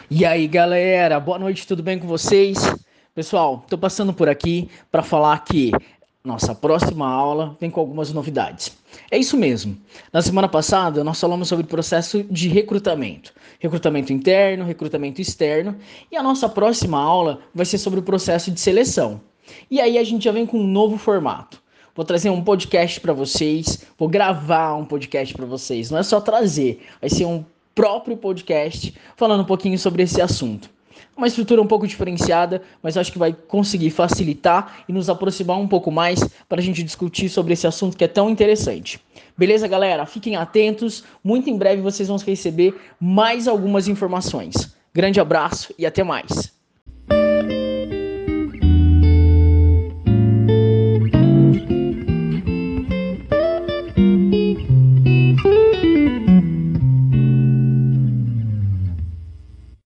E aí, galera, boa noite, tudo bem com vocês? Pessoal, tô passando por aqui para falar que nossa próxima aula vem com algumas novidades. É isso mesmo. Na semana passada, nós falamos sobre o processo de recrutamento. Recrutamento interno, recrutamento externo. E a nossa próxima aula vai ser sobre o processo de seleção. E aí a gente já vem com um novo formato. Vou trazer um podcast para vocês, vou gravar um podcast para vocês. Não é só trazer, vai ser um próprio podcast falando um pouquinho sobre esse assunto. Uma estrutura um pouco diferenciada, mas acho que vai conseguir facilitar e nos aproximar um pouco mais para a gente discutir sobre esse assunto que é tão interessante. Beleza, galera? Fiquem atentos. Muito em breve vocês vão receber mais algumas informações. Grande abraço e até mais.